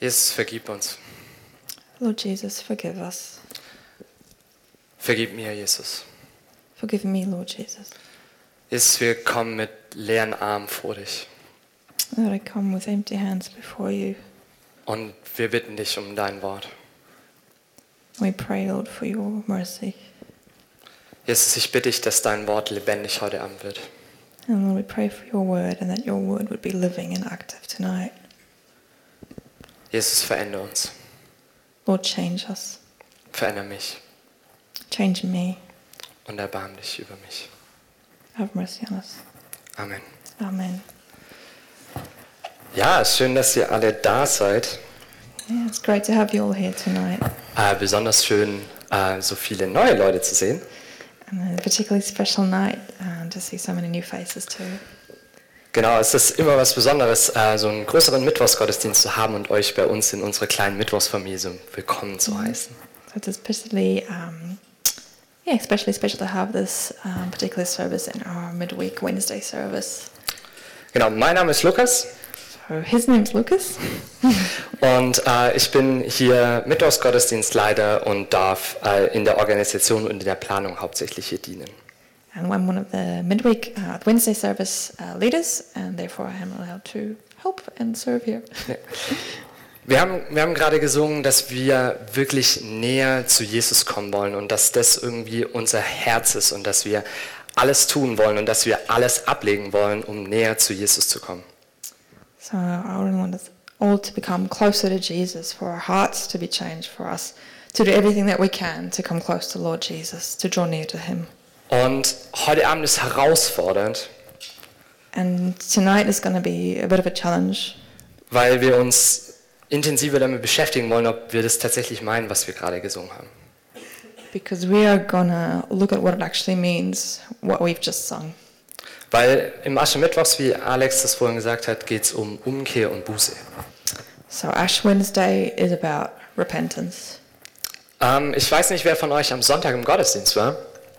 Jesus, vergib uns. Lord Jesus, forgive us. Vergib mir, Jesus. Forgive me, Lord Jesus. Jesus, wir kommen mit leeren Armen vor dich. Lord, I come with empty hands before you. Und wir bitten dich um dein Wort. We pray, Lord, for your mercy. Jesus, ich bitte dich, dass dein Wort lebendig heute Abend wird. And Lord, we pray for your word and that your word would be living and active tonight. Jesus, verändere uns. Lord, change us. Verändere mich Change me. und erbarme dich über mich. Have mercy on us. Amen. Amen. Ja, es ist schön, dass ihr alle da seid. Yeah, it's great to have you all here tonight. Besonders schön, so viele neue Leute zu sehen. And a particularly special night to see so many new faces too. Genau, es ist immer was Besonderes, so einen größeren Mittwochsgottesdienst zu haben und euch bei uns in unserer kleinen Mittwochsfamilie so willkommen zu heißen. So it's especially, especially special to have this particular service in our midweek Wednesday service. Genau, mein Name ist Lukas. So his name's Lucas. Und ich bin hier Mittwochsgottesdienstleiter und darf in der Organisation und in der Planung hauptsächlich hier dienen. And I'm one of the midweek Wednesday service leaders, and therefore I am allowed to help and serve here. Wir haben gerade gesungen, dass wir wirklich näher zu Jesus kommen wollen und dass das irgendwie unser Herz ist und dass wir alles tun wollen und dass wir alles ablegen wollen, um näher zu Jesus zu kommen. So I really want us all to become closer to Jesus, for our hearts to be changed, for us to do everything that we can to come close to Lord Jesus, to draw near to Him. Und heute Abend ist herausfordernd, And tonight is going to be a bit of a challenge, weil wir uns intensiver damit beschäftigen wollen, ob wir das tatsächlich meinen, was wir gerade gesungen haben. because we are going to look at what it actually means, what we've just sung. Weil im Aschermittwochs, wie Alex das vorhin gesagt hat, geht es um Umkehr und Buße. So Ash Wednesday is about repentance. Ich weiß nicht, wer von euch am Sonntag im Gottesdienst war,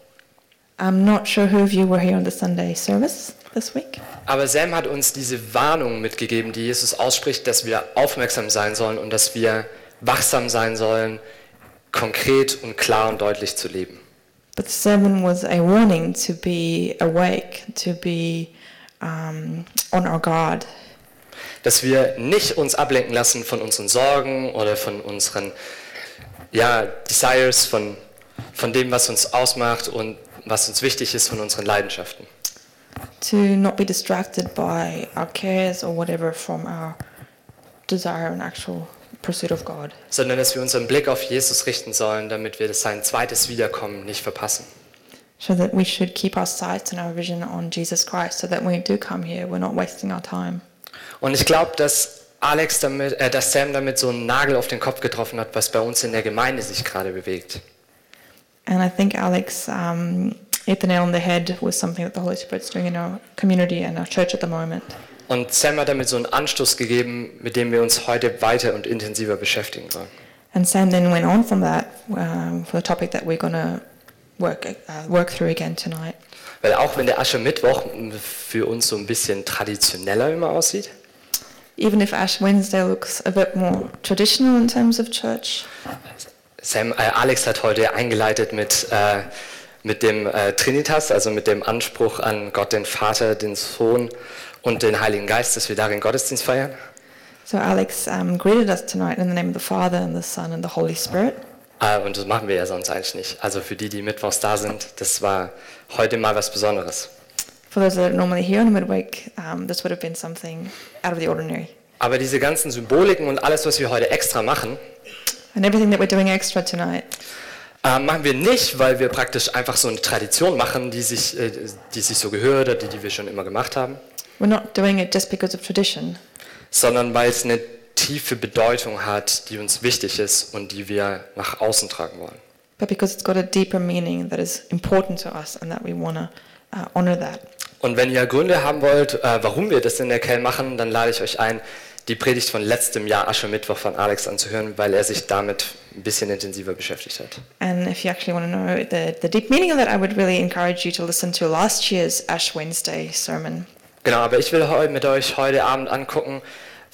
I'm not sure who of you were here on the Sunday service this week, aber Sam hat uns diese Warnung mitgegeben, die Jesus ausspricht, dass wir aufmerksam sein sollen und dass wir wachsam sein sollen, konkret und klar und deutlich zu leben. but 7 was a warning to be awake, to be on our guard, Dass wir nicht uns ablenken lassen von unseren Sorgen oder von unseren Desires, von dem, was uns ausmacht und was uns wichtig ist, von unseren Leidenschaften. to not be distracted by our cares or whatever from our desire and actual pursuit of God, Sondern dass wir unseren Blick auf Jesus richten sollen, damit wir sein zweites Wiederkommen nicht verpassen. so that we should keep our sights and our vision on Jesus Christ, so that when we do come here, we're not wasting our time. Und ich glaube, dass Sam damit so einen Nagel auf den Kopf getroffen hat, was bei uns in der Gemeinde sich gerade bewegt. And I think Alex hit the nail on the head with something that the Holy Spirit's doing in our community and our church at the moment. Und Sam hat damit so einen Anstoß gegeben, mit dem wir uns heute weiter und intensiver beschäftigen wollen. And Sam then went on from that for the topic that we're going to work through again tonight. Weil auch wenn der Aschermittwoch für uns so ein bisschen traditioneller immer aussieht, Even if Ash Wednesday looks a bit more traditional in terms of church, Alex hat heute eingeleitet mit dem Trinitas, also mit dem Anspruch an Gott, den Vater, den Sohn und den Heiligen Geist, dass wir darin Gottesdienst feiern. so Alex greeted us tonight in the name of the Father and the Son and the Holy Spirit. Und das machen wir ja sonst eigentlich nicht. Also für die mittwochs da sind, das war heute mal was Besonderes. For those that are normally here on the midweek, this would have been something out of the ordinary. Aber diese ganzen Symboliken und alles, was wir heute extra machen, And everything that we're doing extra tonight, machen wir nicht, weil wir praktisch einfach so eine Tradition machen, die sich so gehört oder die wir schon immer gemacht haben, we're not doing it just because of tradition, sondern weil es eine tiefe Bedeutung hat, die uns wichtig ist und die wir nach außen tragen wollen. but because it's got a deeper meaning that is important to us and that we want to honor that. Und wenn ihr Gründe haben wollt, warum wir das in der KEL machen, dann lade ich euch ein, die Predigt von letztem Jahr Aschermittwoch von Alex anzuhören, weil er sich damit ein bisschen intensiver beschäftigt hat. And if you actually want to know the deep meaning of that, I would really encourage you to listen to last year's Ash Wednesday sermon. Genau, aber ich will mit euch heute Abend angucken,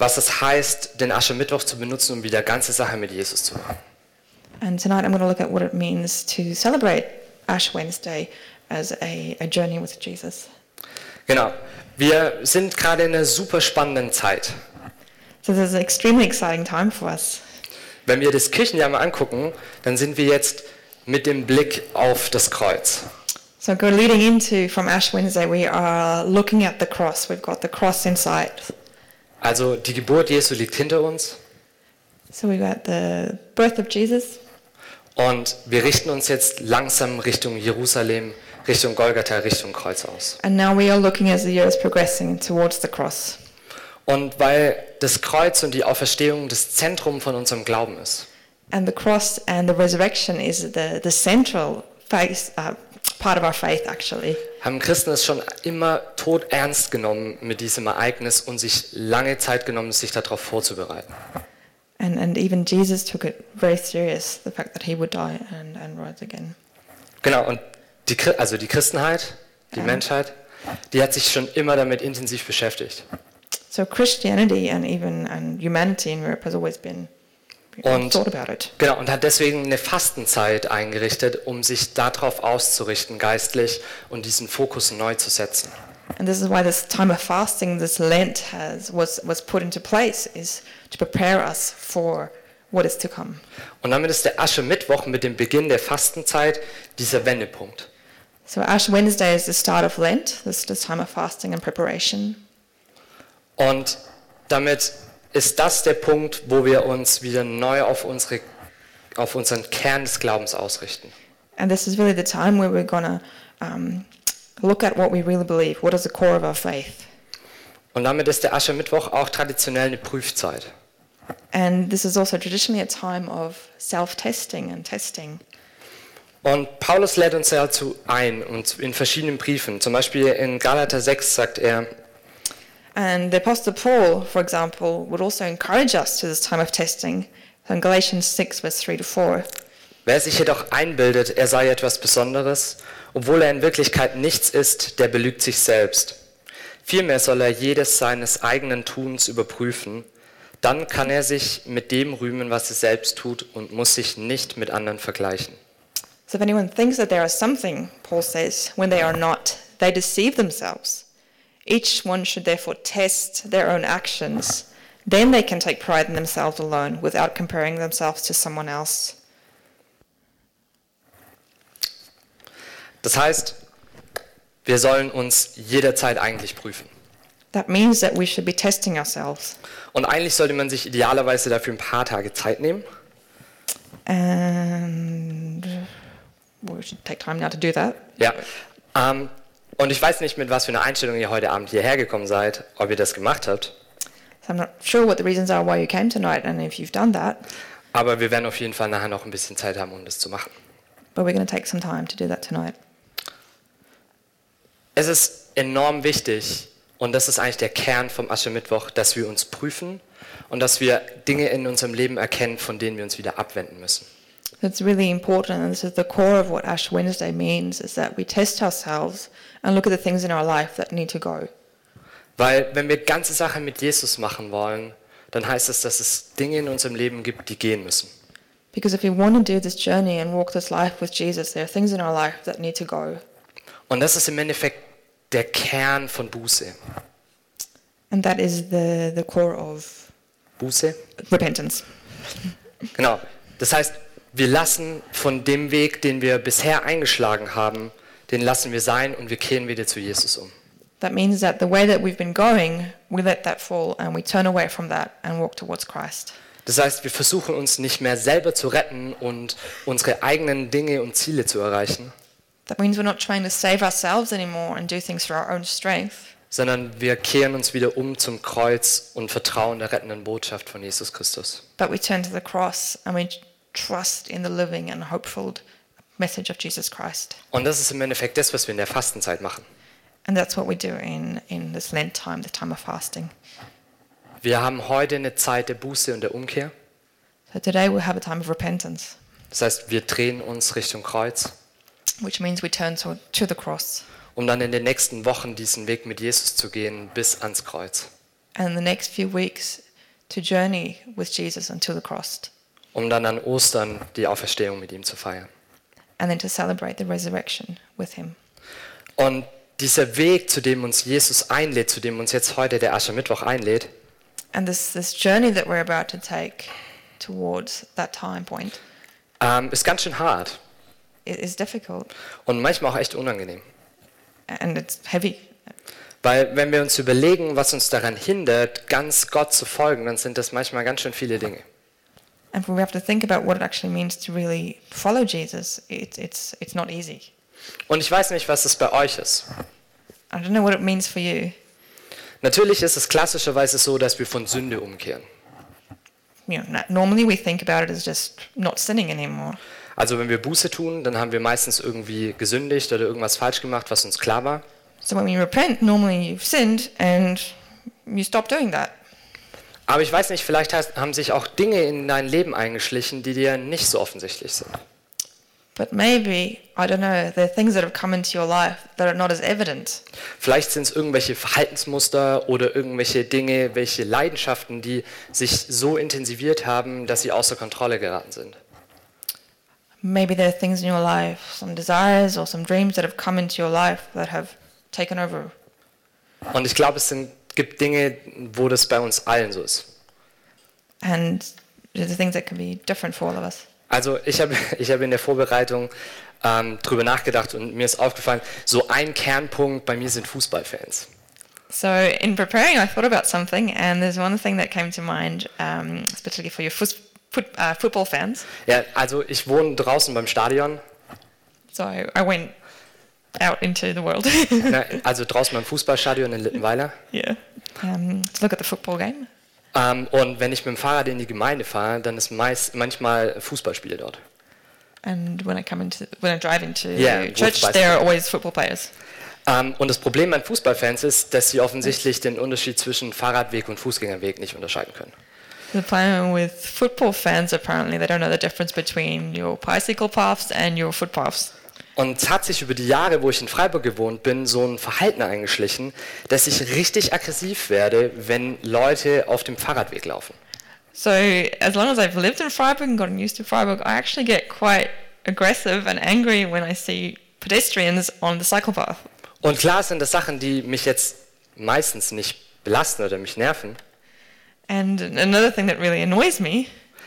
was es heißt, den Aschermittwoch zu benutzen, um wieder ganze Sache mit Jesus zu machen. And tonight I'm going to look at what it means to celebrate Ash Wednesday as a journey with Jesus. Genau. Wir sind gerade in einer super spannenden Zeit. So this is an extremely exciting time for us. Wenn wir das Kirchenjahr mal angucken, dann sind wir jetzt mit dem Blick auf das Kreuz. So leading into from Ash Wednesday, we are looking at the cross. We've got the cross in sight. Also die Geburt Jesu liegt hinter uns So we've got the birth of Jesus. und wir richten uns jetzt langsam Richtung Jerusalem, Richtung Golgatha, Richtung Kreuz aus. And now we are looking as the year is progressing towards the cross. Und weil das Kreuz und die Auferstehung das Zentrum von unserem Glauben ist, And the cross and the resurrection is the central part of our faith, actually. haben Christen es schon immer todernst genommen mit diesem Ereignis und sich lange Zeit genommen, sich darauf vorzubereiten. And even Jesus took it very serious, the fact that he would die and rise again. Genau, und die Christenheit, die Menschheit, die hat sich schon immer damit intensiv beschäftigt. So Christianity and humanity in Europe has always been Und, thought about it. genau, und hat deswegen eine Fastenzeit eingerichtet, um sich darauf auszurichten, geistlich, und diesen Fokus neu zu setzen. And this is why this time of fasting, this Lent was put into place, is to prepare us for what is to come. Und damit ist der Aschermittwoch mit dem Beginn der Fastenzeit dieser Wendepunkt. So Ash Wednesday is the start of Lent, this time of fasting and preparation. Und damit ist das der Punkt, wo wir uns wieder neu auf unseren Kern des Glaubens ausrichten. And this is really the time where we're going to look at what we really believe, what is the core of our faith. Und damit ist der Aschermittwoch auch traditionell eine Prüfzeit. And this is also traditionally a time of self-testing and testing. Und Paulus lädt uns dazu ein, und in verschiedenen Briefen, zum Beispiel in Galater 6 sagt er, And the Apostle Paul, for example, would also encourage us to this time of testing. So in Galatians 6, verse 3-4. wer sich jedoch einbildet, er sei etwas Besonderes, obwohl er in Wirklichkeit nichts ist, der belügt sich selbst. Vielmehr soll er jedes seines eigenen Tuns überprüfen, dann kann er sich mit dem rühmen, was er selbst tut, und muss sich nicht mit anderen vergleichen. So if anyone thinks that they are something, Paul says, when they are not, they deceive themselves. Each one should therefore test their own actions. Then they can take pride in themselves alone without comparing themselves to someone else. Das heißt, wir sollen uns jederzeit eigentlich prüfen. That means that we should be testing ourselves. Und eigentlich sollte man sich idealerweise dafür ein paar Tage Zeit nehmen. And we should take time now to do that. Ja. Und ich weiß nicht, mit was für einer Einstellung ihr heute Abend hierher gekommen seid, ob ihr das gemacht habt. So I'm not sure what the reasons are why you came tonight and if you've done that, Aber wir werden auf jeden Fall nachher noch ein bisschen Zeit haben, um das zu machen. but we're going to take some time to do that tonight. Es ist enorm wichtig, und das ist eigentlich der Kern vom Aschermittwoch, dass wir uns prüfen und dass wir Dinge in unserem Leben erkennen, von denen wir uns wieder abwenden müssen. It's really important, and this is the core of what Ash Wednesday means, is that we test ourselves and look at the things in our life that need to go. Weil wenn wir ganze Sache mit Jesus machen wollen, dann heißt es, dass es Dinge in unserem Leben gibt, die gehen müssen. Because if we want to do this journey and walk this life with Jesus, there are things in our life that need to go. Und das ist im Endeffekt der Kern von Buße. And that is the core of Buße? repentance. Genau. Das heißt, wir lassen von dem Weg, den wir bisher eingeschlagen haben, den lassen wir sein und wir kehren wieder zu Jesus um. That means that the way that we've been going, we let that fall and we turn away from that and walk towards Christ. Das heißt, wir versuchen uns nicht mehr selber zu retten und unsere eigenen Dinge und Ziele zu erreichen, That means we're not trying to save ourselves anymore and do things for our own strength, sondern wir kehren uns wieder um zum Kreuz und vertrauen der rettenden Botschaft von Jesus Christus. but we turn to the cross and we trust in the living and hopeful message of Jesus Christ. Und das ist im Endeffekt das, was wir in der Fastenzeit machen. And that's what we do in this Lent time, the time of fasting. Wir haben heute eine Zeit der Buße und der Umkehr. So today we have a time of repentance, Das heißt, wir drehen uns Richtung Kreuz, which means we turn to the cross. um dann in den nächsten Wochen diesen Weg mit Jesus zu gehen bis ans Kreuz. And in the next few weeks, to journey with Jesus until the cross, um dann an Ostern die Auferstehung mit ihm zu feiern. and then to celebrate the resurrection with him. Und dieser Weg, zu dem uns Jesus einlädt, zu dem uns jetzt heute der Aschermittwoch einlädt, And this journey that we're about to take towards that time point ist ganz schön hart is difficult, und manchmal auch echt unangenehm. and it's heavy. Weil wenn wir uns überlegen, was uns daran hindert, ganz Gott zu folgen, dann sind das manchmal ganz schön viele Dinge. And we have to think about what it actually means to really follow Jesus. It's not easy. Und ich weiß nicht, was es bei euch ist. I don't know what it means for you. Natürlich ist es klassischerweise so, dass wir von Sünde umkehren. You know, normally we think about it as just not sinning anymore. Also wenn wir Buße tun, dann haben wir meistens irgendwie gesündigt oder irgendwas falsch gemacht, was uns klar war. So when you repent, normally you've sinned and you stop doing that. Aber ich weiß nicht, vielleicht haben sich auch Dinge in dein Leben eingeschlichen, die dir nicht so offensichtlich sind. But maybe, I don't know, there are things that have come into your life that are not as evident. Vielleicht sind es irgendwelche Verhaltensmuster oder irgendwelche Dinge, welche Leidenschaften, die sich so intensiviert haben, dass sie außer Kontrolle geraten sind. Maybe there are things in your life, some desires or some dreams that have come into your life that have taken over. Und ich glaube, gibt Dinge, wo das bei uns allen so ist. And there's the things that can be different for all of us. Also ich hab in der Vorbereitung drüber nachgedacht und mir ist aufgefallen, so ein Kernpunkt bei mir sind Fußballfans. So in preparing, I thought about something, and there's one thing that came to mind, especially for your football fans. Ja, also ich wohne draußen beim Stadion, So I went out into the world, also draußen beim Fußballstadion in Littenweiler. yeah, to look at the football game. Und wenn ich mit dem Fahrrad in die Gemeinde fahre, dann ist manchmal Fußballspiele dort. And when I drive into Yeah, church, both there are always football players. Und das Problem an Fußballfans ist, dass sie offensichtlich den Unterschied zwischen Fahrradweg und Fußgängerweg nicht unterscheiden können. The problem with football fans, apparently, they don't know the difference between your bicycle paths and your footpaths. Und es hat sich über die Jahre, wo ich in Freiburg gewohnt bin, so ein Verhalten eingeschlichen, dass ich richtig aggressiv werde, wenn Leute auf dem Fahrradweg laufen. So as long as I've lived in Freiburg and gotten used to Freiburg, I actually get quite aggressive and angry when I see pedestrians on the cycle path. Und klar sind das Sachen, die mich jetzt meistens nicht belasten oder mich nerven. And another thing that really annoys me,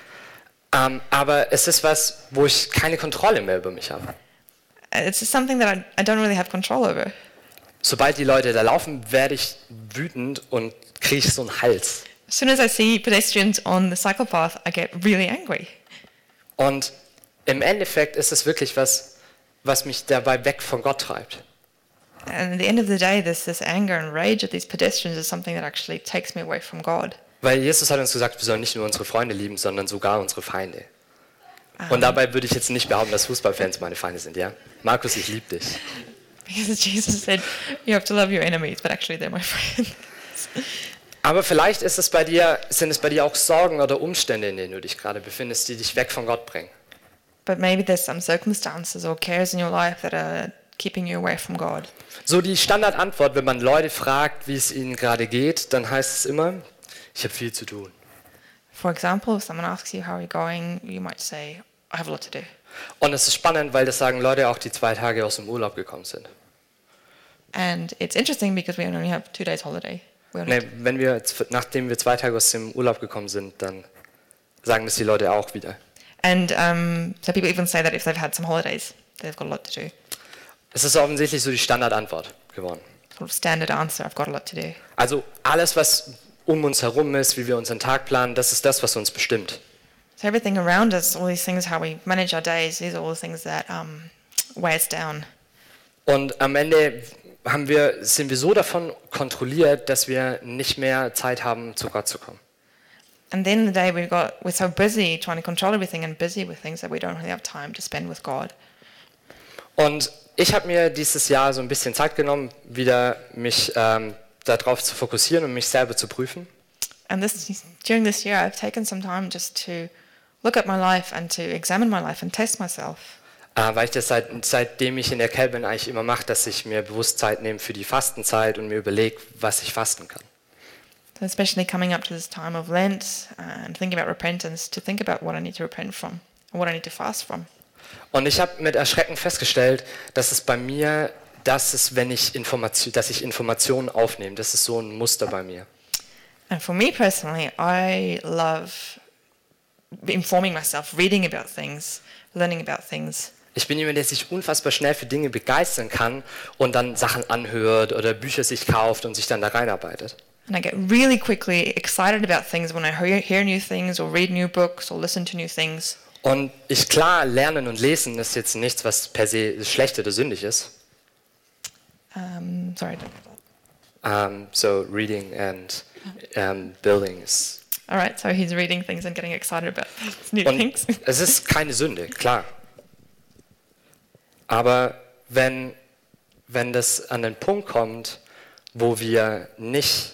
Aber es ist was, wo ich keine Kontrolle mehr über mich habe. it's just something that I don't really have control over. Sobald die Leute da laufen, werde ich wütend und kriege so einen Hals. As soon as I see pedestrians on the cycle path, I get really angry. Und im Endeffekt ist es wirklich was mich dabei weg von Gott treibt. And at the end of the day, this anger and rage at these pedestrians is something that actually takes me away from God. Weil Jesus hat uns gesagt, wir sollen nicht nur unsere Freunde lieben, sondern sogar unsere Feinde. Und dabei würde ich jetzt nicht behaupten, dass Fußballfans meine Feinde sind, ja? Markus, ich liebe dich. Because Jesus said, you have to love your enemies, but actually they're my friends. Aber vielleicht sind es bei dir auch Sorgen oder Umstände, in denen du dich gerade befindest, die dich weg von Gott bringen. But maybe there's some circumstances or cares in your life that are keeping you away from God. So die Standardantwort, wenn man Leute fragt, wie es ihnen gerade geht, dann heißt es immer, ich habe viel zu tun. For example, if someone asks you how you're going, you might say, I have a lot to do. Und es ist spannend, weil das sagen Leute auch, die 2 Tage aus dem Urlaub gekommen sind. And it's interesting because we only have 2 days holiday. Nachdem wir 2 Tage aus dem Urlaub gekommen sind, dann sagen das die Leute auch wieder. And so people even say that if they've had some holidays, they've got a lot to do. Es ist offensichtlich so die Standardantwort geworden. Sort of standard answer, I've got a lot to do. Also alles, was um uns herum ist, wie wir unseren Tag planen, das ist das, was uns bestimmt. So everything around us, all these things, how we manage our days, these are all the things that weigh us down. Und am Ende sind wir so davon kontrolliert, dass wir nicht mehr Zeit haben, zu Gott zu kommen. And then in the day we're so busy trying to control everything and busy with things that we don't really have time to spend with God. Und ich habe mir dieses Jahr so ein bisschen Zeit genommen, wieder mich darauf zu fokussieren und mich selber zu prüfen. And during this year I've taken some time just to look at my life and to examine my life and test myself. Weil ich das seitdem ich in der Kälte bin eigentlich immer mache, dass ich mir bewusst Zeit nehme für die Fastenzeit und mir überlege, was ich fasten kann. So especially coming up to this time of Lent and thinking about repentance, to think about what I need to repent from and what I need to fast from. Und ich habe mit Erschrecken festgestellt, dass es bei mir das ist, dass ich Informationen aufnehme. Das ist so ein Muster bei mir. And for me personally, I love informing myself, reading about things, learning about things. Ich bin jemand, der sich unfassbar schnell für Dinge begeistern kann und dann Sachen anhört oder Bücher sich kauft und sich dann da reinarbeitet. And I get really quickly excited about things when I hear new things or read new books or listen to new things. Und lernen und lesen ist jetzt nichts, was per se schlecht oder sündig ist. Sorry, I don't get that. So reading and building is. All right, so he's reading things and getting excited about new Und things. es ist keine Sünde, klar. Aber wenn das an den Punkt kommt, wo wir nichts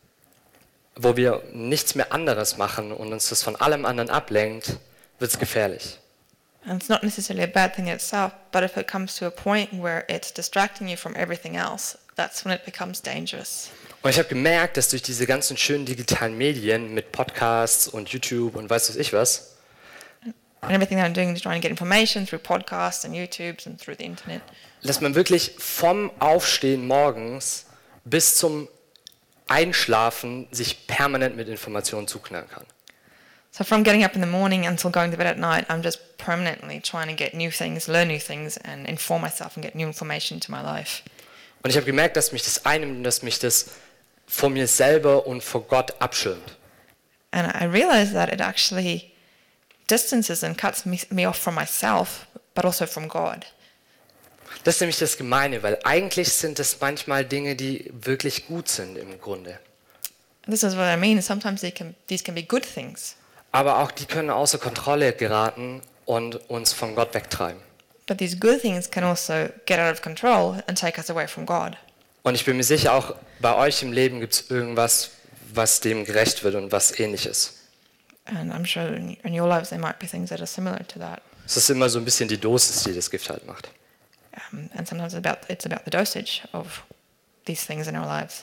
mehr anderes machen und uns das von allem anderen ablenkt, wird es gefährlich. And it's not necessarily a bad thing in itself, but if it comes to a point where it's distracting you from everything else, that's when it becomes dangerous. Und ich habe gemerkt, dass durch diese ganzen schönen digitalen Medien mit Podcasts und YouTube und weiß ich was, And everything that I'm doing is trying to get information through podcasts and YouTubes and through the internet. dass man wirklich vom Aufstehen morgens bis zum Einschlafen sich permanent mit Informationen zuknallen kann. So from getting up in the morning until going to bed at night, I'm just permanently trying to get new things, learn new things, and inform myself and get new information into my life. Und ich habe gemerkt, dass mich das einnimmt und dass mich das vor mir selber und vor Gott abschirmt. And I realized that it actually distances and cuts me off from myself, but also from God. Das ist nämlich das Gemeine, weil eigentlich sind es manchmal Dinge, die wirklich gut sind im Grunde. And this is what I mean. Sometimes these can be good things, Aber auch die können außer Kontrolle geraten und uns von Gott wegtreiben. but these good things can also get out of control and take us away from God. Und ich bin mir sicher, auch bei euch im Leben gibt es irgendwas, was dem gerecht wird und was ähnlich ist. And I'm sure in your lives there might be things that are similar to that. Es ist immer so ein bisschen die Dosis, die das Gift halt macht. And sometimes it's about the dosage of these things in our lives.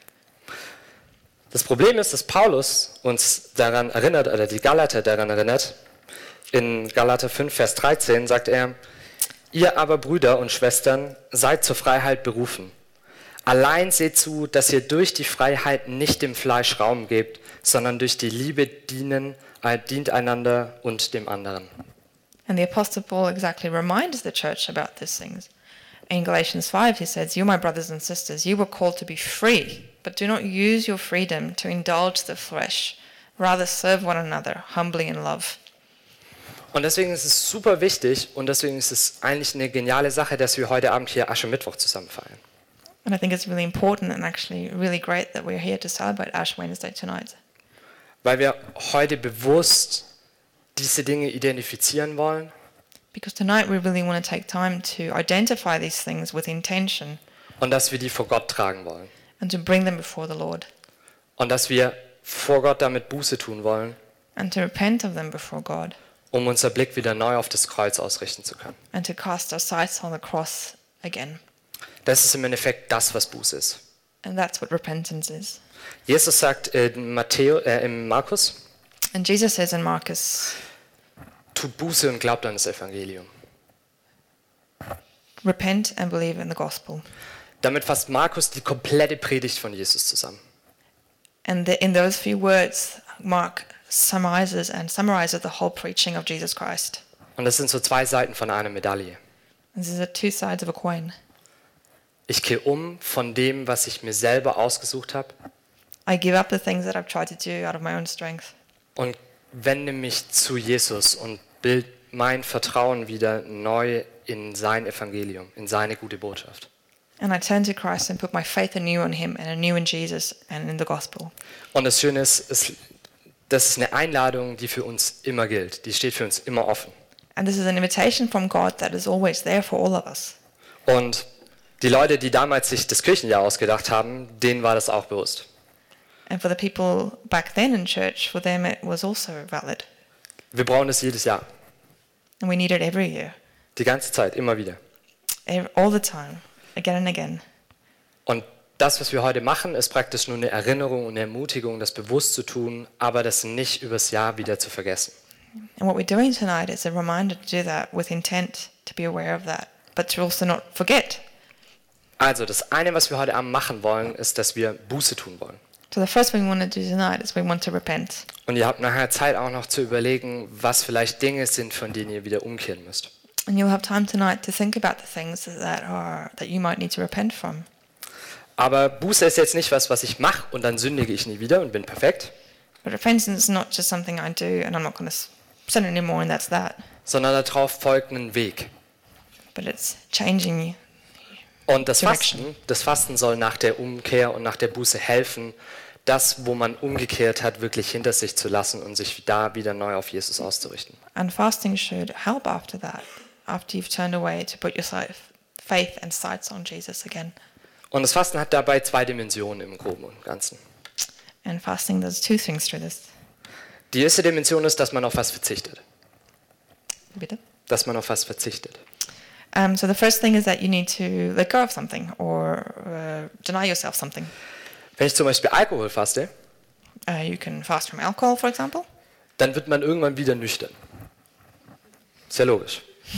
Das Problem ist, dass Paulus uns daran erinnert, oder die Galater daran erinnert. In Galater 5, Vers 13 sagt er, ihr aber Brüder und Schwestern seid zur Freiheit berufen. Allein seht zu, dass ihr durch die Freiheit nicht dem Fleisch Raum gebt, sondern durch die Liebe dient einander und dem anderen. And the Apostle Paul exactly reminds the church about these things. In Galatians 5 he says, you, my brothers and sisters, you were called to be free, but do not use your freedom to indulge the flesh. Rather serve one another humbly in love. Und deswegen ist es super wichtig und deswegen ist es eigentlich eine geniale Sache, dass wir heute Abend hier Aschermittwoch zusammen feiern. And I think it's really important and actually really great that we're here to celebrate Ash Wednesday tonight. Weil wir heute bewusst diese Dinge identifizieren wollen Because tonight we really want to take time to identify these things with intention und dass wir die vor Gott tragen wollen. and to bring them before the Lord Und dass wir vor Gott damit Buße tun wollen, and to repent of them before God um unser Blick wieder neu auf das Kreuz ausrichten zu können. and to cast our sights on the cross again. Das ist im Endeffekt das, was Buße ist. And that's what repentance is. Jesus sagt im Markus, And Jesus says in Marcus, tut Buße und glaubt an das Evangelium. repent and believe in the gospel. Damit fasst Markus die komplette Predigt von Jesus zusammen. And in those few words, Mark summarizes the whole preaching of Jesus Christ. Und das sind so zwei Seiten von einer Medaille. And these are two sides of a coin. Ich kehre um von dem, was ich mir selber ausgesucht habe I give up the things that I've tried to do out of my own strength. und wende mich zu Jesus und bild mein Vertrauen wieder neu in sein Evangelium, in seine gute Botschaft. And I turn to Christ and put my faith anew on him and anew in Jesus and in the gospel. Und das Schöne ist, das ist eine Einladung, die für uns immer gilt. Die steht für uns immer offen. And this is an invitation from God that is always there for all of us. Und die Leute, die damals sich das Kirchenjahr ausgedacht haben, denen war das auch bewusst. And for the people back then in church, for them it was also valid. Wir brauchen es jedes Jahr, And we need it every year, die ganze Zeit, immer wieder. all the time, again and again. Und das, was wir heute machen, ist praktisch nur eine Erinnerung und eine Ermutigung, das bewusst zu tun, aber das nicht übers Jahr wieder zu vergessen. And what we're doing tonight is a reminder to do that with intent to be aware of that, but to also not forget. Also das eine, was wir heute Abend machen wollen, ist, dass wir Buße tun wollen. So the first thing we want to do tonight is we want to repent. Und ihr habt nachher Zeit auch noch zu überlegen, was vielleicht Dinge sind, von denen ihr wieder umkehren müsst. And you'll have time tonight to think about the things that you might need to repent from. Aber Buße ist jetzt nicht was ich mache und dann sündige ich nie wieder und bin perfekt, But repentance is not just something I do and I'm not going to sin anymore and that's that. sondern darauf folgt ein Weg. But it's changing. Und das Direction. Fasten soll nach der Umkehr und nach der Buße helfen, das, wo man umgekehrt hat, wirklich hinter sich zu lassen und sich da wieder neu auf Jesus auszurichten. And fasting should help after that, after you've turned away, to put your faith and sights on Jesus again. Und das Fasten hat dabei zwei Dimensionen im Groben und Ganzen. And fasting does two things through this. Die erste Dimension ist, dass man auf was verzichtet. Bitte? Dass man auf was verzichtet. So the first thing is that you need to let go of something or deny yourself something. Wenn ich zum Beispiel Alkohol faste, You can fast from alcohol, for example. dann wird man irgendwann wieder nüchtern. Sehr logisch.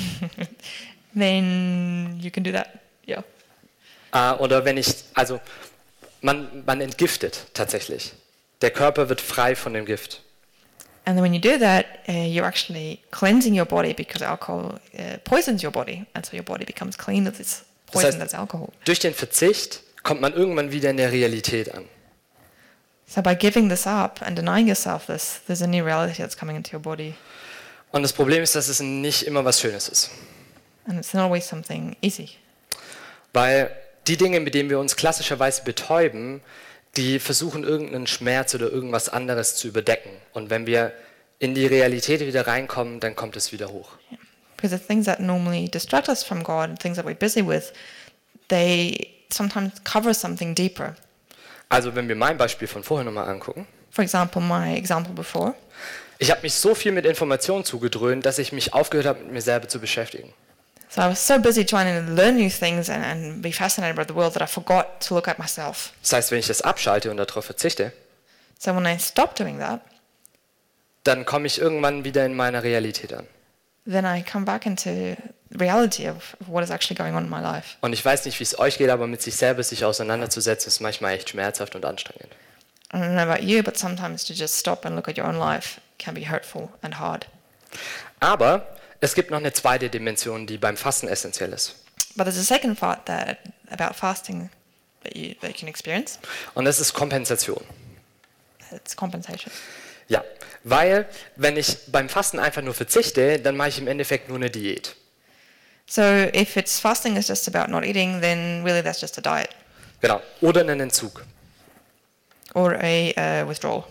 Then you can do that. Yeah. Oder wenn man entgiftet tatsächlich. Der Körper wird frei von dem Gift. And then when you do that, you're actually cleansing your body because alcohol poisons your body. And so your body becomes clean of this poison that's alcohol. Durch den Verzicht kommt man irgendwann wieder in der Realität an. So by giving this up and denying yourself this, there's a new reality that's coming into your body. Und das Problem ist, dass es nicht immer was Schönes ist. And it's not always something easy. Weil die Dinge, mit denen wir uns klassischerweise betäuben, die versuchen irgendeinen Schmerz oder irgendwas anderes zu überdecken. Und wenn wir in die Realität wieder reinkommen, dann kommt es wieder hoch. Because the things that normally distract us from God and things that we're busy with, they sometimes cover something deeper. Also wenn wir mein Beispiel von vorher nochmal angucken. For example, my example before. Ich habe mich so viel mit Informationen zugedröhnt, dass ich mich aufgehört habe, mit mir selber zu beschäftigen. So I was so busy trying to learn new things and be fascinated by the world that I forgot to look at myself. Das heißt, wenn ich das abschalte und darauf verzichte, So when I stop doing that, dann komme ich irgendwann wieder in meiner Realität an. then I come back into reality of what is actually going on in my life. Und ich weiß nicht, wie es euch geht, aber mit sich selber sich auseinanderzusetzen, ist manchmal echt schmerzhaft und anstrengend. I don't know about you, but sometimes to just stop and look at your own life can be hurtful and hard. Aber es gibt noch eine zweite Dimension, die beim Fasten essentiell ist. But there's a second part about fasting that you can experience. Und das ist Kompensation. It's compensation. Ja, weil wenn ich beim Fasten einfach nur verzichte, dann mache ich im Endeffekt nur eine Diät. So if it's fasting is just about not eating, then really that's just a diet Genau. Oder einen Entzug. or a withdrawal.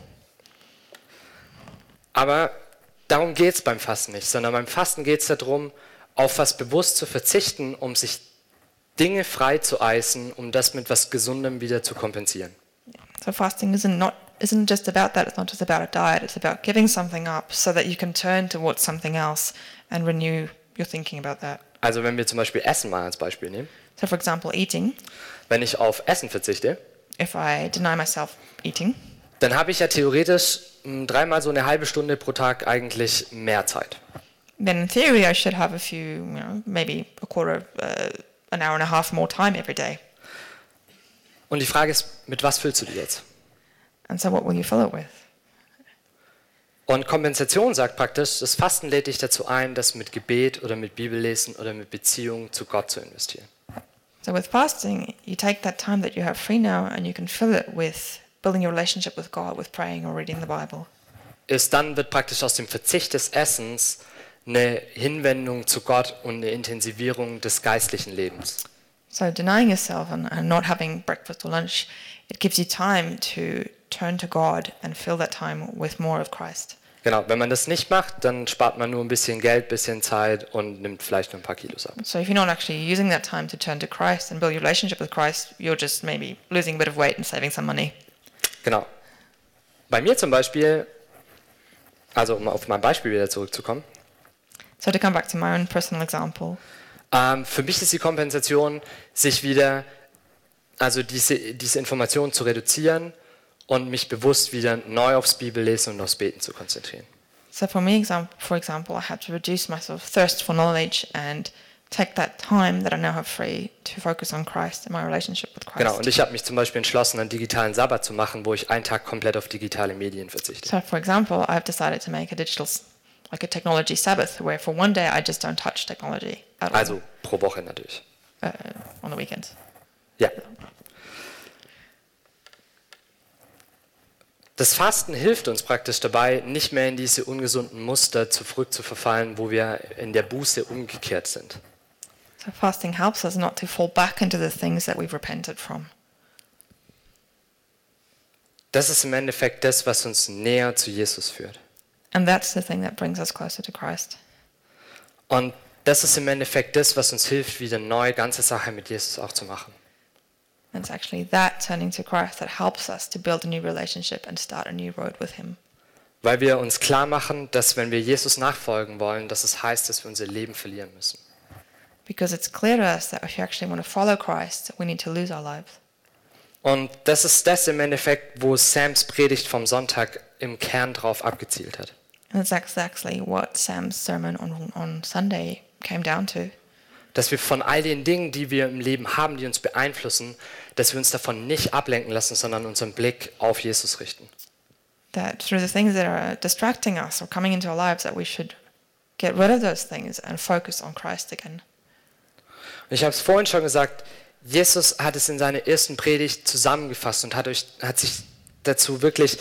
Aber darum geht es beim Fasten nicht, sondern beim Fasten geht es darum, auf was bewusst zu verzichten, um sich Dinge frei zu eisen, um das mit was Gesundem wieder zu kompensieren. So fasting isn't just about that. It's not just about a diet. It's about giving something up so that you can turn towards something else and renew your thinking about that. Also wenn wir zum Beispiel Essen mal als Beispiel nehmen. So for example, eating. Wenn ich auf Essen verzichte, If I deny myself eating, dann habe ich ja theoretisch 3-mal so eine halbe Stunde pro Tag eigentlich mehr Zeit. then in theory I should have maybe a quarter, an hour and a half more time every day. Und die Frage ist, mit was füllst du die jetzt? And so what will you fill it with? Und Kompensation sagt praktisch, das Fasten lädt dich dazu ein, das mit Gebet oder mit Bibellesen oder mit Beziehung zu Gott zu investieren. So with fasting, you take that time that you have free now and you can fill it with building your relationship with God, with praying or reading the Bible. Dann wird praktisch aus dem Verzicht des Essens eine Hinwendung zu Gott und eine Intensivierung des geistlichen Lebens. So denying yourself and not having breakfast or lunch, it gives you time to turn to God and fill that time with more of Christ. Genau, wenn man das nicht macht, dann spart man nur ein bisschen Geld, ein bisschen Zeit und nimmt vielleicht nur ein paar Kilos ab. So if you're not actually using that time to turn to Christ and build your relationship with Christ, you're just maybe losing a bit of weight and saving some money. Genau. Bei mir zum Beispiel, also um auf mein Beispiel wieder zurückzukommen, So to come back to my own personal example, für mich ist die Kompensation, sich wieder Also diese Informationen zu reduzieren und mich bewusst wieder neu aufs Bibellesen und aufs Beten zu konzentrieren. So for me, for example, I had to reduce my sort of thirst for knowledge and take that time that I now have free to focus on Christ and my relationship with Christ. Genau, und ich habe mich zum Beispiel entschlossen, einen digitalen Sabbat zu machen, wo ich einen Tag komplett auf digitale Medien verzichte. So for example, I've decided to make a technology Sabbath, where for one day I just don't touch technology at all. Also pro Woche natürlich. On the weekends. Ja. Das Fasten hilft uns praktisch dabei, nicht mehr in diese ungesunden Muster zurückzuverfallen, wo wir in der Buße umgekehrt sind. So fasting helps us not to fall back into the things that we've repented from. Das ist im Endeffekt das, was uns näher zu Jesus führt. And that's the thing that brings us closer to Christ. Und das ist im Endeffekt das, was uns hilft, wieder neu ganze Sache mit Jesus auch zu machen. And it's actually that turning to Christ that helps us to build a new relationship and start a new road with Him. Weil wir uns klar machen, dass wenn wir Jesus nachfolgen wollen, dass es heißt, dass wir unser Leben verlieren müssen. Because it's clear to us that if we actually want to follow Christ, we need to lose our lives. Und das ist das im Endeffekt, wo Sams Predigt vom Sonntag im Kern drauf abgezielt hat. And that's exactly what Sam's sermon on Sunday came down to. Dass wir von all den Dingen, die wir im Leben haben, die uns beeinflussen, dass wir uns davon nicht ablenken lassen, sondern unseren Blick auf Jesus richten. That through the things that are distracting us or coming into our lives, that we should get rid of those things and focus on Christ again. Und ich habe es vorhin schon gesagt, Jesus hat es in seiner ersten Predigt zusammengefasst und hat sich dazu wirklich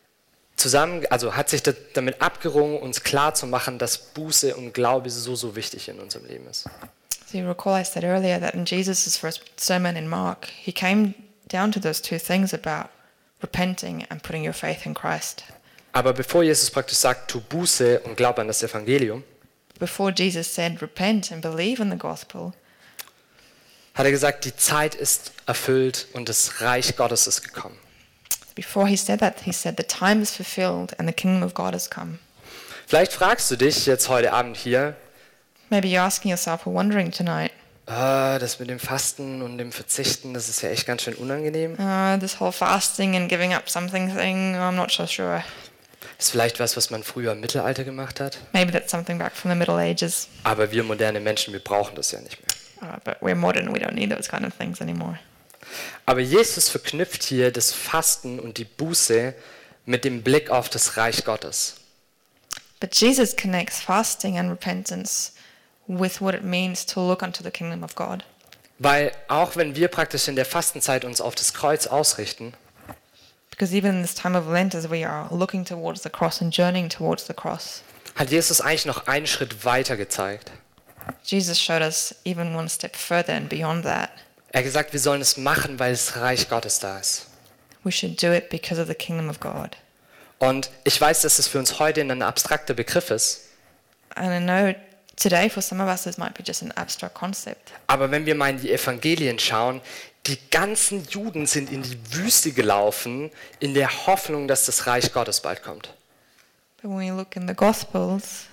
hat sich damit abgerungen, uns klar zu machen, dass Buße und Glaube so wichtig in unserem Leben ist. So you recall I said earlier that in Jesus' first sermon in Mark, he came down to those two things about repenting and putting your faith in Christ. Aber bevor Jesus praktisch sagt, tu Buße und glaub an das Evangelium, Before Jesus said repent and believe in the gospel, hat er gesagt, die Zeit ist erfüllt und das Reich Gottes ist gekommen. before he said that, he said the time is fulfilled and the kingdom of God has come. Vielleicht fragst du dich jetzt heute Abend hier, Maybe you're asking yourself or wondering tonight, das mit dem Fasten und dem Verzichten, das ist ja echt ganz schön unangenehm. this whole fasting and giving up something thing, I'm not so sure. Ist vielleicht was man früher im Mittelalter gemacht hat. Maybe that's something back from the Middle Ages. Aber wir moderne Menschen, wir brauchen das ja nicht mehr. But we're modern, we don't need those kind of things anymore. Aber Jesus verknüpft hier das Fasten und die Buße mit dem Blick auf das Reich Gottes. But Jesus connects fasting and repentance with what it means to look unto the kingdom of God. Weil auch wenn wir praktisch in der Fastenzeit uns auf das Kreuz ausrichten, Because even in this time of Lent, as we are looking towards the cross and journeying towards the cross, hat Jesus eigentlich noch einen Schritt weiter gezeigt. Jesus showed us even one step further and beyond that. Er hat gesagt, wir sollen es machen, weil das Reich Gottes da ist. We should do it because of the kingdom of God. Und ich weiß, dass es für uns heute ein abstrakter Begriff ist. And I know today for some of us this might be just an abstract concept. Aber wenn wir mal in die Evangelien schauen, die ganzen Juden sind in die Wüste gelaufen, in der Hoffnung, dass das Reich Gottes bald kommt. But when we look in the Gospels,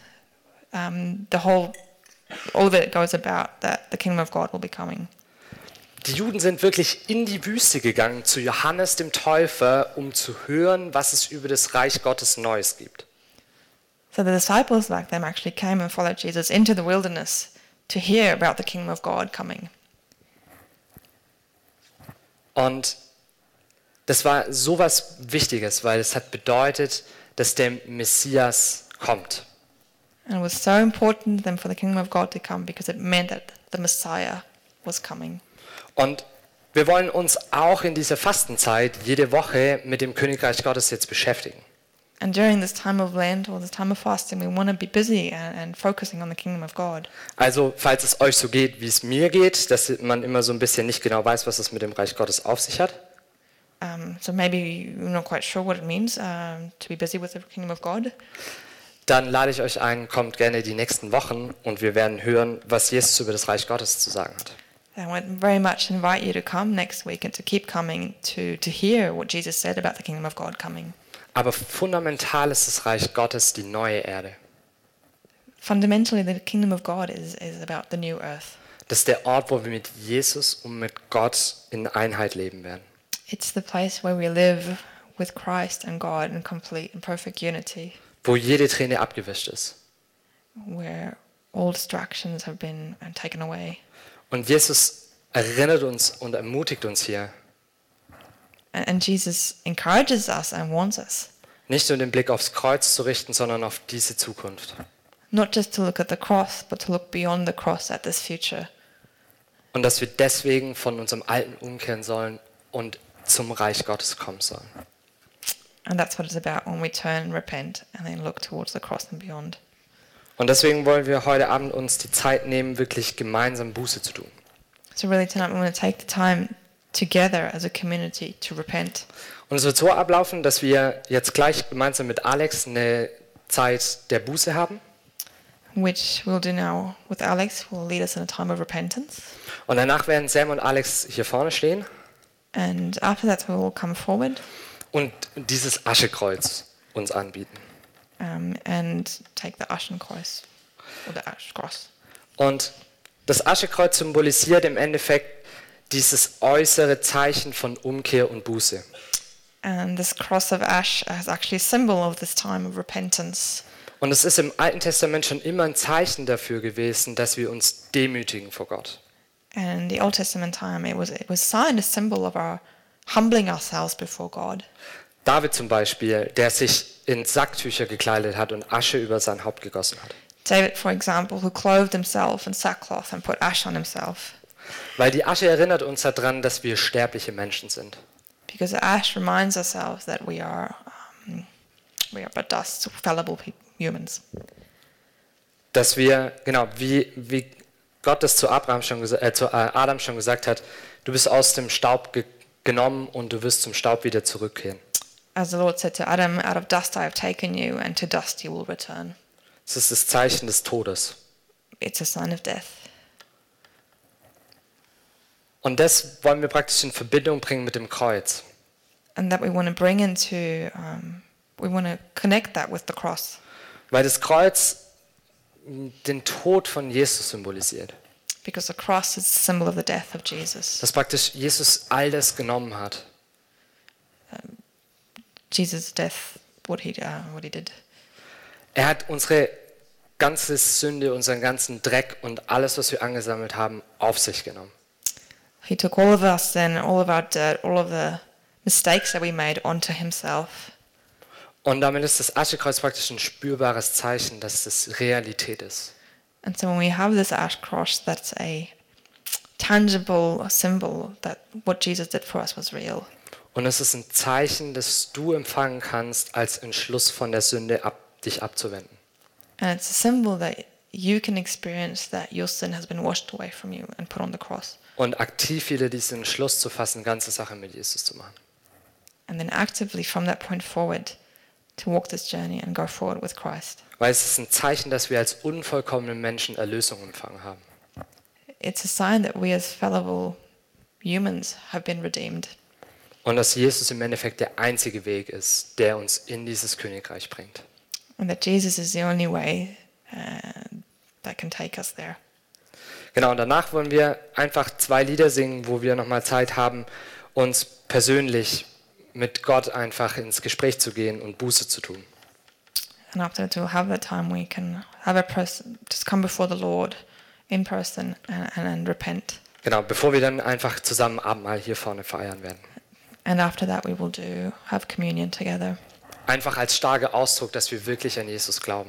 all that goes about that the kingdom of God will be coming. Die Juden sind wirklich in die Wüste gegangen zu Johannes dem Täufer, um zu hören, was es über das Reich Gottes Neues gibt. So the disciples back then actually came and followed Jesus into the wilderness to hear about the kingdom of God coming. Und das war sowas Wichtiges, weil es hat bedeutet, dass der Messias kommt. And it was so important then for the kingdom of God to come because it meant that the Messiah was coming. Und wir wollen uns auch in dieser Fastenzeit jede Woche mit dem Königreich Gottes jetzt beschäftigen. And during this time of Lent or this time of fasting, we want to be busy and focusing on the kingdom of God. Also, falls es euch so geht, wie es mir geht, dass man immer so ein bisschen nicht genau weiß, was es mit dem Reich Gottes auf sich hat, So maybe you're not quite sure what it means to be busy with the kingdom of God. dann lade ich euch ein, kommt gerne die nächsten Wochen und wir werden hören, was Jesus über das Reich Gottes zu sagen hat. I would very much invite you to come next week and to keep coming to hear what Jesus said about the kingdom of God coming. Aber fundamental ist das Reich Gottes die neue Erde. Fundamentally, the kingdom of God is about the new earth. Das ist der Ort, wo wir mit Jesus und mit Gott in Einheit leben werden. It's the place where we live with Christ and God in complete and perfect unity, Wo jede Träne abgewischt ist. where all distractions have been taken away. Und Jesus erinnert uns und ermutigt uns hier, And Jesus encourages us and warns us, nicht nur den Blick aufs Kreuz zu richten, sondern auf diese Zukunft. not just to look at the cross, but to look beyond the cross at this future. Und dass wir deswegen von unserem Alten umkehren sollen und zum Reich Gottes kommen sollen. And that's what it's about when we turn and repent and then look towards the cross and beyond. Und deswegen wollen wir heute Abend uns die Zeit nehmen, wirklich gemeinsam Buße zu tun. So really tonight we want to take the time together as a community to repent. Und es wird so ablaufen, dass wir jetzt gleich gemeinsam mit Alex eine Zeit der Buße haben. Which we'll do now with Alex, will lead us in a time of repentance. Und danach werden Sam und Alex hier vorne stehen And after that we will come forward und dieses Aschekreuz uns anbieten. and take the Aschenkreuz, or the Ash Cross. Und das Aschekreuz symbolisiert im Endeffekt dieses äußere Zeichen von Umkehr und Buße. And this cross of ash is actually a symbol of this time of repentance. Und es ist im Alten Testament schon immer ein Zeichen dafür gewesen, dass wir uns demütigen vor Gott. And in the Old Testament time, it was sign, a symbol of our humbling ourselves before God. David zum Beispiel, der sich in Sacktücher gekleidet hat und Asche über sein Haupt gegossen hat. David, for example, who clothed himself in sackcloth and put ash on himself. Weil die Asche erinnert uns daran, dass wir sterbliche Menschen sind. Because ash reminds ourselves that we are but dust, fallible humans. Dass wir, genau, wie Gott es zu Adam schon gesagt hat, du bist aus dem Staub genommen und du wirst zum Staub wieder zurückkehren. As the Lord said to Adam, out of dust I have taken you, and to dust you will return. Das ist das Zeichen des Todes. It's a sign of death. Und das wollen wir praktisch in Verbindung bringen mit dem Kreuz. And that we want to bring into, we want to connect that with the cross. Weil das Kreuz den Tod von Jesus symbolisiert. Because the cross is a symbol of the death of Jesus. Dass praktisch Jesus all das genommen hat. Jesus' death, what he did. Er hat unsere ganze Sünde, unseren ganzen Dreck und alles, was wir angesammelt haben, auf sich genommen. He took all of us and all of our dirt, all of the mistakes that we made onto himself. Und damit ist das Aschekreuz praktisch ein spürbares Zeichen, dass das Realität ist. And so when we have this ash cross, that's a tangible symbol that what Jesus did for us was real. Und es ist ein Zeichen, das du empfangen kannst, als Entschluss von der Sünde dich abzuwenden. And it's a symbol that you can experience that your sin has been washed away from you and put on the cross. Und aktiv wieder diesen Entschluss zu fassen, ganze Sache mit Jesus zu machen. And then actively from that point forward to walk this journey and go forward with Christ. Weil es ist ein Zeichen, dass wir als unvollkommene Menschen Erlösung empfangen haben. It's a sign that we as fallible humans have been redeemed. Und dass Jesus im Endeffekt der einzige Weg ist, der uns in dieses Königreich bringt. And that Jesus is the only way that can take us there. Genau, und danach wollen wir einfach 2 Lieder singen, wo wir nochmal Zeit haben, uns persönlich mit Gott einfach ins Gespräch zu gehen und Buße zu tun. And after that, we'll have the time we can have a person just come before the Lord in person and repent. Genau, bevor wir dann einfach zusammen Abendmahl hier vorne feiern werden. And after that, we will have communion together Einfach als starker Ausdruck, dass wir wirklich an Jesus glauben.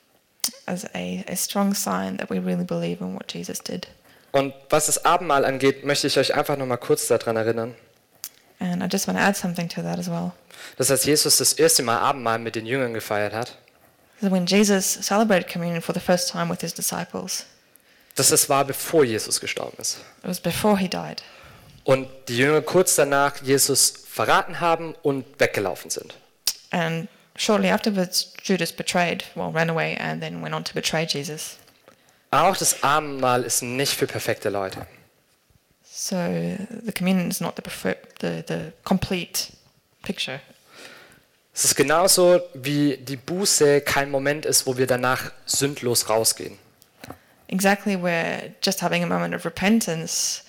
as a strong sign that we really believe in what Jesus did. Und was das Abendmahl angeht, möchte ich euch einfach nochmal kurz daran erinnern, And I just want to add something to that as well. dass als Jesus das erste Mal Abendmahl mit den Jüngern gefeiert hat, So when Jesus celebrated communion for the first time with his disciples, dass das war, bevor Jesus gestorben ist. it was before he died. Und die Jünger kurz danach Jesus verraten haben und weggelaufen sind. And shortly afterwards, Judas ran away and then went on to betray Jesus. Auch das Abendmahl ist nicht für perfekte Leute. So the communion is not the complete picture. Es ist genauso, wie die Buße kein Moment ist, wo wir danach sündlos rausgehen. exactly where just having a moment of repentance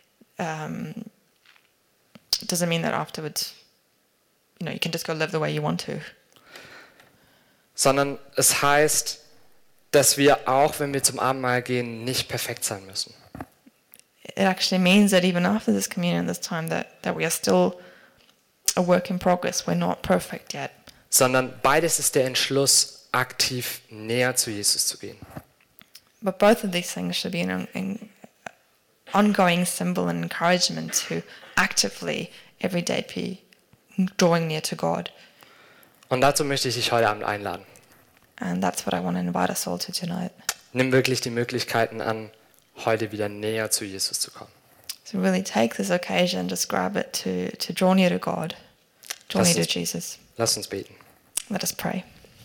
doesn't mean that afterwards, you can just go live the way you want to. Sondern es heißt, dass wir auch, wenn wir zum Abendmahl gehen, nicht perfekt sein müssen. It actually means that even after this communion, this time, that we are still a work in progress. We're not perfect yet. Sondern beides ist der Entschluss, aktiv näher zu Jesus zu gehen. But both of these things should be an ongoing symbol and encouragement to actively, every day, be drawing near to God. Und dazu möchte ich dich heute Abend einladen. And that's what I want to invite us all to tonight. Nimm wirklich die Möglichkeiten an, heute wieder näher zu Jesus zu kommen. So really take this occasion, just grab it to draw near to God, draw near to Jesus. Lass uns beten. Let us pray.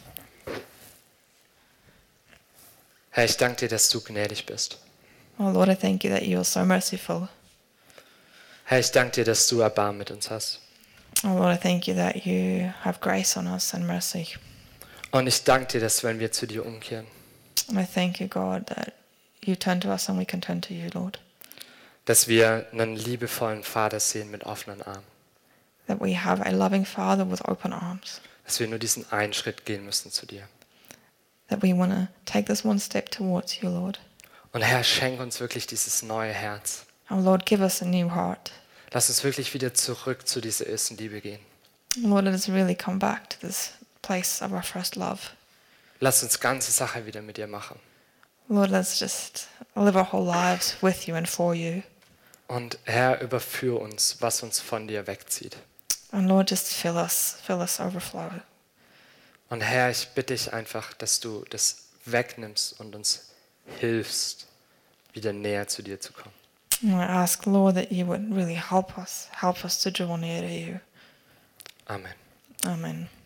Herr, ich danke dir, dass du gnädig bist. Oh Lord, I thank you that you are so merciful. Herr, ich danke dir, dass du Erbarmen mit uns hast. Oh Lord, I thank you that you have grace on us and mercy. Und ich danke dir, dass wenn wir zu dir umkehren, And I thank you, God, that you turn to us and we can turn to you, Lord. dass wir einen liebevollen Vater sehen mit offenen Armen. That we have a loving Father with open arms. Dass wir nur diesen einen Schritt gehen müssen zu dir. That we want to take this one step towards you, Lord. Und Herr, schenk uns wirklich dieses neue Herz. Oh Lord, give us a new heart. Lass uns wirklich wieder zurück zu dieser ersten Liebe gehen. Lord, let us really come back to this place of our first love. Lass uns ganze Sache wieder mit dir machen. Lord, let's just live our whole lives with you and for you. Und Herr, überführ uns, was uns von dir wegzieht. And Lord, just fill us overflow. Und Herr, ich bitte dich einfach, dass du das wegnimmst und uns hilfst, wieder näher zu dir zu kommen. And I ask, Lord, that you would really help us to draw near to you. Amen. Amen.